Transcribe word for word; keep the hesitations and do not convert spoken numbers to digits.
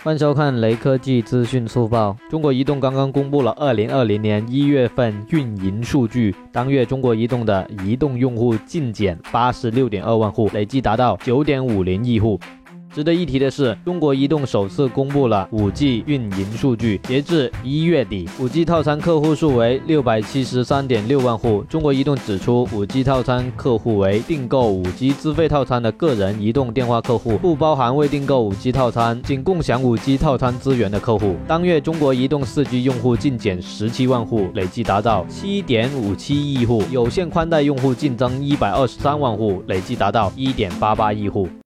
欢迎收看雷科技资讯速报。中国移动刚刚公布了二零二零年一月份运营数据，当月中国移动的移动用户净减八十六点二万户，累计达到九点五零亿户。值得一提的是，中国移动首次公布了 五 G 运营数据，截至一月底 ，五 G 套餐客户数为六百七十三点六万户。中国移动指出 ，五 G 套餐客户为订购 五 G 资费套餐的个人移动电话客户，不包含未订购 五 G 套餐、仅共享 五 G 套餐资源的客户。当月中国移动 四 G 用户净减十七万户，累计达到七点五七亿户；有线宽带用户净增一百二十三万户，累计达到一点八八亿户。